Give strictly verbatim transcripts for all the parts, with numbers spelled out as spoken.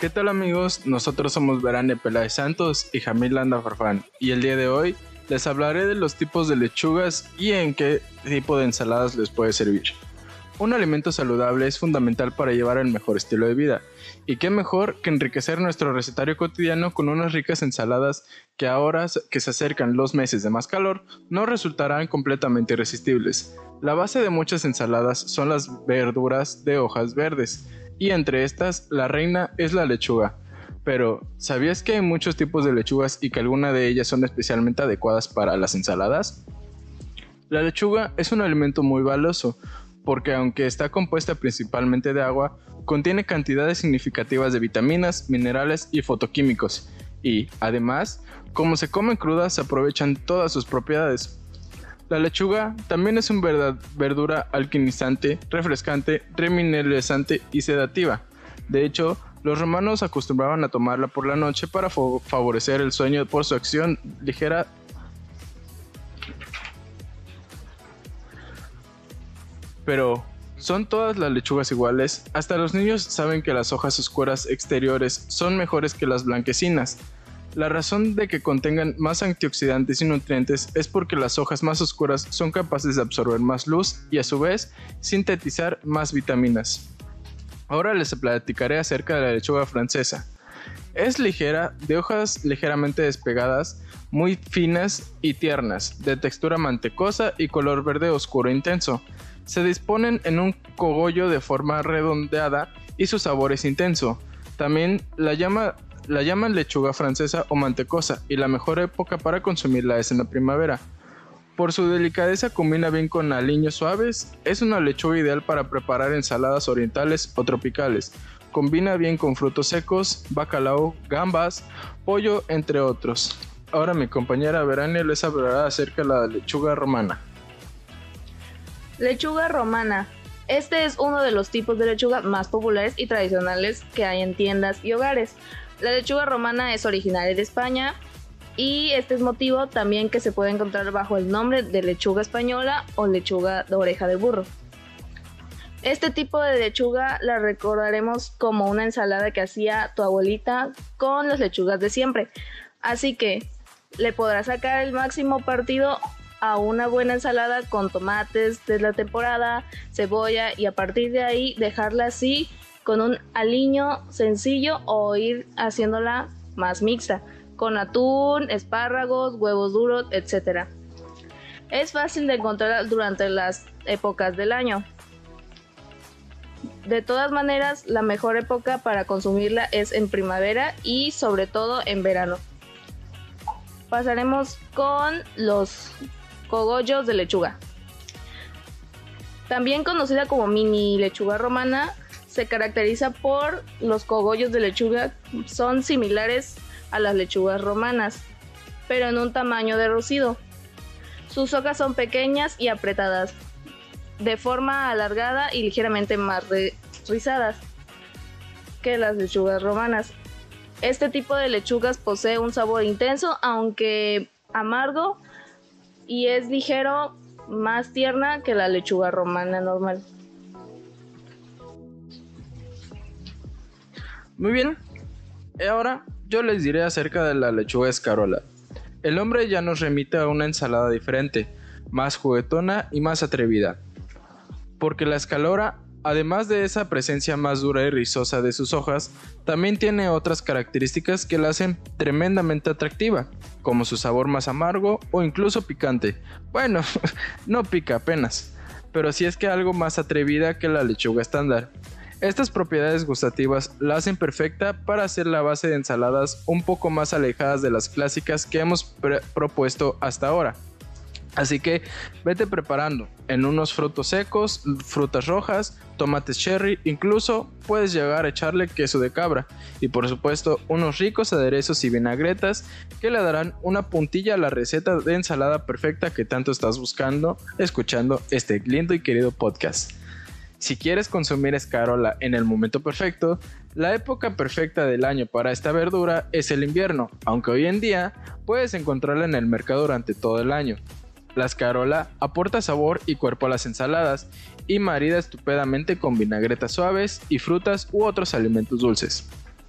¿Qué tal amigos? Nosotros somos Verane Peláez Santos y Jamil Landa Farfán y el día de hoy les hablaré de los tipos de lechugas y en qué tipo de ensaladas les puede servir. Un alimento saludable es fundamental para llevar el mejor estilo de vida y qué mejor que enriquecer nuestro recetario cotidiano con unas ricas ensaladas que ahora que se acercan los meses de más calor no resultarán completamente irresistibles. La base de muchas ensaladas son las verduras de hojas verdes y entre estas la reina es la lechuga. Pero, ¿sabías que hay muchos tipos de lechugas y que algunas de ellas son especialmente adecuadas para las ensaladas? La lechuga es un alimento muy valioso porque aunque está compuesta principalmente de agua, contiene cantidades significativas de vitaminas, minerales y fotoquímicos y, además, como se come cruda se aprovechan todas sus propiedades. La lechuga también es una verdura alquinizante, refrescante, remineralizante y sedativa. De hecho, los romanos acostumbraban a tomarla por la noche para fo- favorecer el sueño por su acción ligera. Pero, ¿son todas las lechugas iguales? Hasta los niños saben que las hojas oscuras exteriores son mejores que las blanquecinas. La razón de que contengan más antioxidantes y nutrientes es porque las hojas más oscuras son capaces de absorber más luz y a su vez sintetizar más vitaminas. Ahora les platicaré acerca de la lechuga francesa. Es ligera, de hojas ligeramente despegadas, muy finas y tiernas, de textura mantecosa y color verde oscuro intenso. Se disponen en un cogollo de forma redondeada y su sabor es intenso. También la, llama, la llaman lechuga francesa o mantecosa y la mejor época para consumirla es en la primavera. Por su delicadeza combina bien con aliños suaves, es una lechuga ideal para preparar ensaladas orientales o tropicales. Combina bien con frutos secos, bacalao, gambas, pollo, entre otros. Ahora mi compañera Verania les hablará acerca de la lechuga romana. Lechuga romana. Este es uno de los tipos de lechuga más populares y tradicionales que hay en tiendas y hogares. La lechuga romana es originaria de España y este es motivo también que se puede encontrar bajo el nombre de lechuga española o lechuga de oreja de burro. Este tipo de lechuga la recordaremos como una ensalada que hacía tu abuelita con las lechugas de siempre. Así que le podrás sacar el máximo partido a una buena ensalada con tomates de la temporada, cebolla y a partir de ahí dejarla así con un aliño sencillo o ir haciéndola más mixta con atún, espárragos, huevos duros, etcétera. Es fácil de encontrar durante las épocas del año. De todas maneras, la mejor época para consumirla es en primavera y sobre todo en verano. Pasaremos con los cogollos de lechuga. También conocida como mini lechuga romana, se caracteriza por los cogollos de lechuga, son similares a las lechugas romanas, pero en un tamaño reducido. Sus hojas son pequeñas y apretadas, de forma alargada y ligeramente más rizadas que las lechugas romanas. Este tipo de lechugas posee un sabor intenso, aunque amargo, y es ligero, más tierna que la lechuga romana normal. Muy bien, y ahora yo les diré acerca de la lechuga escarola. El nombre ya nos remite a una ensalada diferente, más juguetona y más atrevida, porque la escarola, además de esa presencia más dura y rizosa de sus hojas, también tiene otras características que la hacen tremendamente atractiva, como su sabor más amargo o incluso picante. Bueno, no pica apenas, pero sí es que algo más atrevida que la lechuga estándar. Estas propiedades gustativas la hacen perfecta para hacer la base de ensaladas un poco más alejadas de las clásicas que hemos pre- propuesto hasta ahora. Así que vete preparando en unos frutos secos, frutas rojas, tomates cherry, incluso puedes llegar a echarle queso de cabra y por supuesto unos ricos aderezos y vinagretas que le darán una puntilla a la receta de ensalada perfecta que tanto estás buscando escuchando este lindo y querido podcast. Si quieres consumir escarola en el momento perfecto, la época perfecta del año para esta verdura es el invierno, aunque hoy en día puedes encontrarla en el mercado durante todo el año. La escarola aporta sabor y cuerpo a las ensaladas y marida estupendamente con vinagretas suaves y frutas u otros alimentos dulces.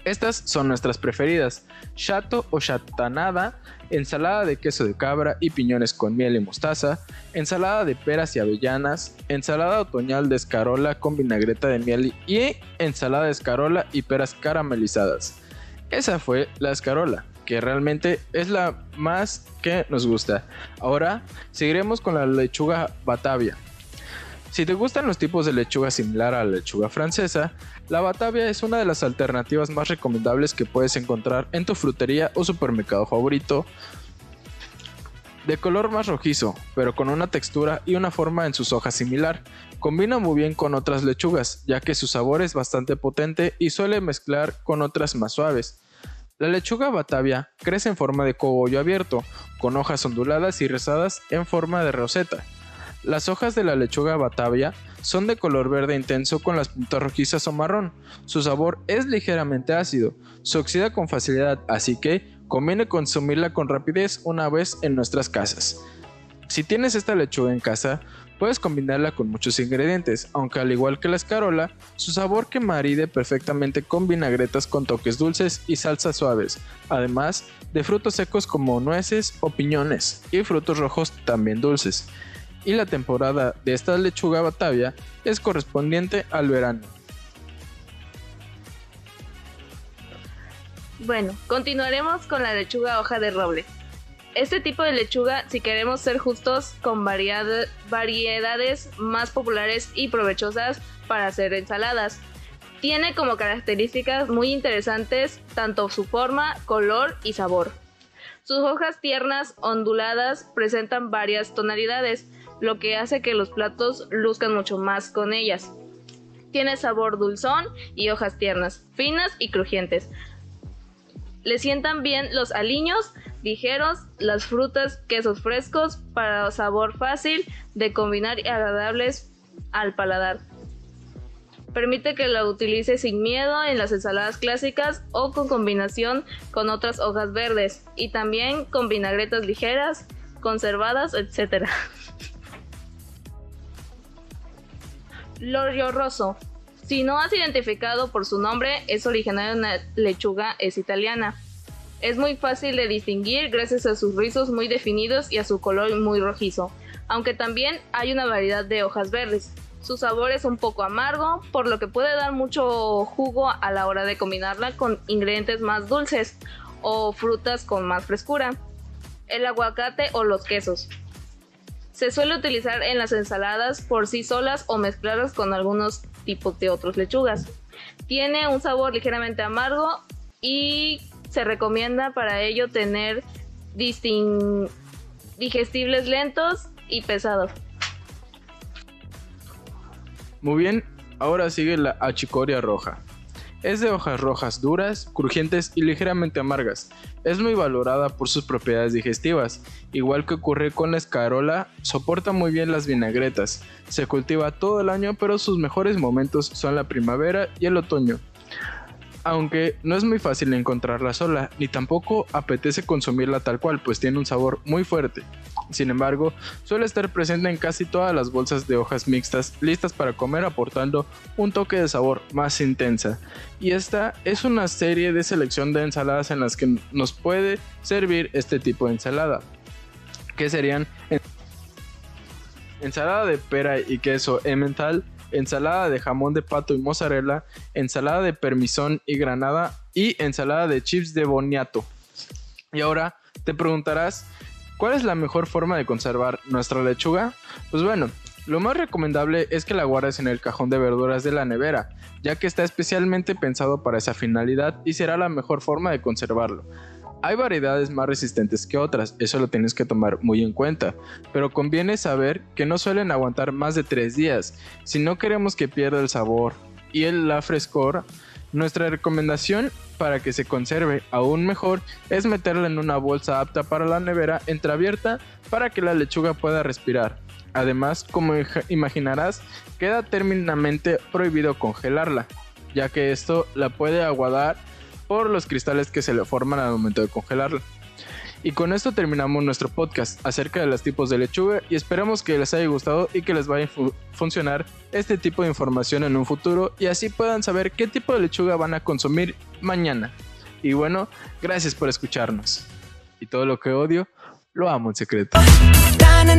Estas son nuestras preferidas: chato o chatanada, ensalada de queso de cabra y piñones con miel y mostaza, ensalada de peras y avellanas, ensalada otoñal de escarola con vinagreta de miel y ensalada de escarola y peras caramelizadas. Esa fue la escarola, que realmente es la más que nos gusta. Ahora seguiremos con la lechuga Batavia. Si te gustan los tipos de lechuga similar a la lechuga francesa, la Batavia es una de las alternativas más recomendables que puedes encontrar en tu frutería o supermercado favorito. De color más rojizo, pero con una textura y una forma en sus hojas similar. Combina muy bien con otras lechugas, ya que su sabor es bastante potente y suele mezclar con otras más suaves. La lechuga Batavia crece en forma de cogollo abierto, con hojas onduladas y rizadas en forma de roseta. Las hojas de la lechuga Batavia son de color verde intenso con las puntas rojizas o marrón. Su sabor es ligeramente ácido, se oxida con facilidad, así que conviene consumirla con rapidez una vez en nuestras casas. Si tienes esta lechuga en casa, puedes combinarla con muchos ingredientes, aunque al igual que la escarola, su sabor que maride perfectamente con vinagretas con toques dulces y salsas suaves, además de frutos secos como nueces o piñones y frutos rojos también dulces. Y la temporada de esta lechuga Batavia es correspondiente al verano. Bueno, continuaremos con la lechuga hoja de roble. Este tipo de lechuga, si queremos ser justos, con variad- variedades más populares y provechosas para hacer ensaladas. Tiene como características muy interesantes tanto su forma, color y sabor. Sus hojas tiernas, onduladas, presentan varias tonalidades, lo que hace que los platos luzcan mucho más con ellas. Tiene sabor dulzón y hojas tiernas, finas y crujientes. Le sientan bien los aliños ligeros, las frutas, quesos frescos para sabor fácil de combinar y agradables al paladar. Permite que la utilice sin miedo en las ensaladas clásicas o con combinación con otras hojas verdes y también con vinagretas ligeras, conservadas, etcétera. Lorio rosso. Si no has identificado por su nombre, es originario de una lechuga, es italiana. Es muy fácil de distinguir gracias a sus rizos muy definidos y a su color muy rojizo, aunque también hay una variedad de hojas verdes. Su sabor es un poco amargo, por lo que puede dar mucho jugo a la hora de combinarla con ingredientes más dulces o frutas con más frescura, el aguacate o los quesos. Se suele utilizar en las ensaladas por sí solas o mezcladas con algunos tipos de otras lechugas. Tiene un sabor ligeramente amargo y se recomienda para ello tener distin- digestibles lentos y pesados. Muy bien, ahora sigue la achicoria roja. Es de hojas rojas duras, crujientes y ligeramente amargas. Es muy valorada por sus propiedades digestivas. Igual que ocurre con la escarola, soporta muy bien las vinagretas. Se cultiva todo el año, pero sus mejores momentos son la primavera y el otoño. Aunque no es muy fácil encontrarla sola, ni tampoco apetece consumirla tal cual, pues tiene un sabor muy fuerte. Sin embargo, suele estar presente en casi todas las bolsas de hojas mixtas listas para comer, aportando un toque de sabor más intensa. Y esta es una serie de selección de ensaladas en las que nos puede servir este tipo de ensalada, que serían ensalada de pera y queso emmental, ensalada de jamón de pato y mozzarella, ensalada de permisón y granada y ensalada de chips de boniato. Y ahora te preguntarás, ¿cuál es la mejor forma de conservar nuestra lechuga? Pues bueno, lo más recomendable es que la guardes en el cajón de verduras de la nevera, ya que está especialmente pensado para esa finalidad y será la mejor forma de conservarlo. Hay variedades más resistentes que otras, eso lo tienes que tomar muy en cuenta, pero conviene saber que no suelen aguantar más de tres días. Si no queremos que pierda el sabor y el la frescor, nuestra recomendación para que se conserve aún mejor es meterla en una bolsa apta para la nevera entreabierta para que la lechuga pueda respirar. Además, como imaginarás, queda terminantemente prohibido congelarla, ya que esto la puede aguadar por los cristales que se le forman al momento de congelarla. Y con esto terminamos nuestro podcast acerca de los tipos de lechuga y esperamos que les haya gustado y que les vaya a fu- funcionar este tipo de información en un futuro y así puedan saber qué tipo de lechuga van a consumir mañana. Y bueno, gracias por escucharnos. Y todo lo que odio, lo amo en secreto.